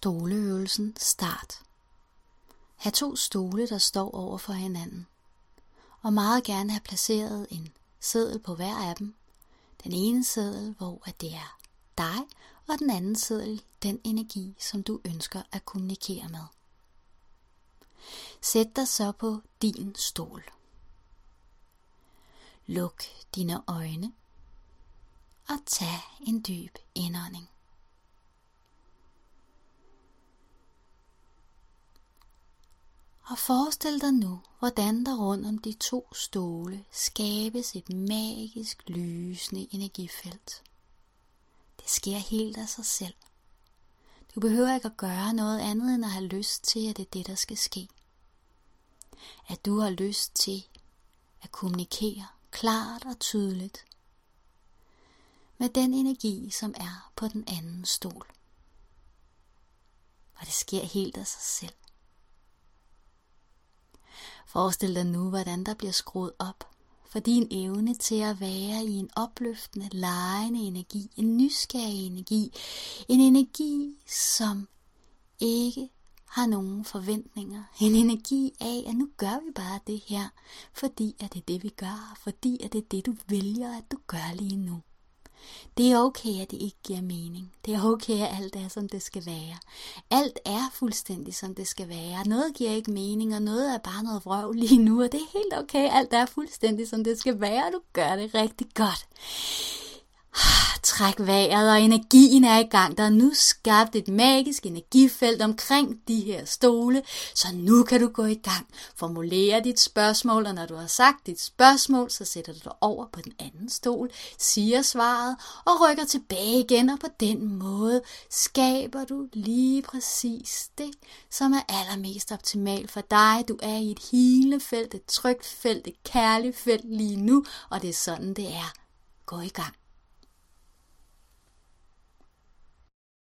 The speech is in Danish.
Stoleøvelsen start. Ha' 2 stole, der står over for hinanden, og meget gerne have placeret en seddel på hver af dem. Den ene seddel, hvor det er dig, og den anden seddel, den energi, som du ønsker at kommunikere med. Sæt dig så på din stol. Luk dine øjne og tag en dyb indånding. Og forestil dig nu, hvordan der rundt om de 2 stole skabes et magisk lysende energifelt. Det sker helt af sig selv. Du behøver ikke at gøre noget andet end at have lyst til, at det er det, der skal ske. At du har lyst til at kommunikere klart og tydeligt med den energi, som er på den anden stol. Og det sker helt af sig selv. Forestil dig nu, hvordan der bliver skruet op for din evne til at være i en opløftende, legende energi, en nysgerrig energi, en energi, som ikke har nogen forventninger, en energi af, at nu gør vi bare det her, fordi at det er det, vi gør, fordi at det er det, du vælger, at du gør lige nu. Det er okay, at det ikke giver mening. Det er okay, at alt er, som det skal være. Alt er fuldstændig, som det skal være. Noget giver ikke mening, og noget er bare noget vrøvl lige nu, og det er helt okay. Alt er fuldstændig, som det skal være, og du gør det rigtig godt. Træk vejret, og energien er i gang. Der er nu skabt et magisk energifelt omkring de her stole, så nu kan du gå i gang. Formulere dit spørgsmål, og når du har sagt dit spørgsmål, så sætter du dig over på den anden stol, siger svaret og rykker tilbage igen, og på den måde skaber du lige præcis det, som er allermest optimalt for dig. Du er i et hilefelt, et trygt felt, et kærligt felt lige nu, og det er sådan, det er. Gå i gang.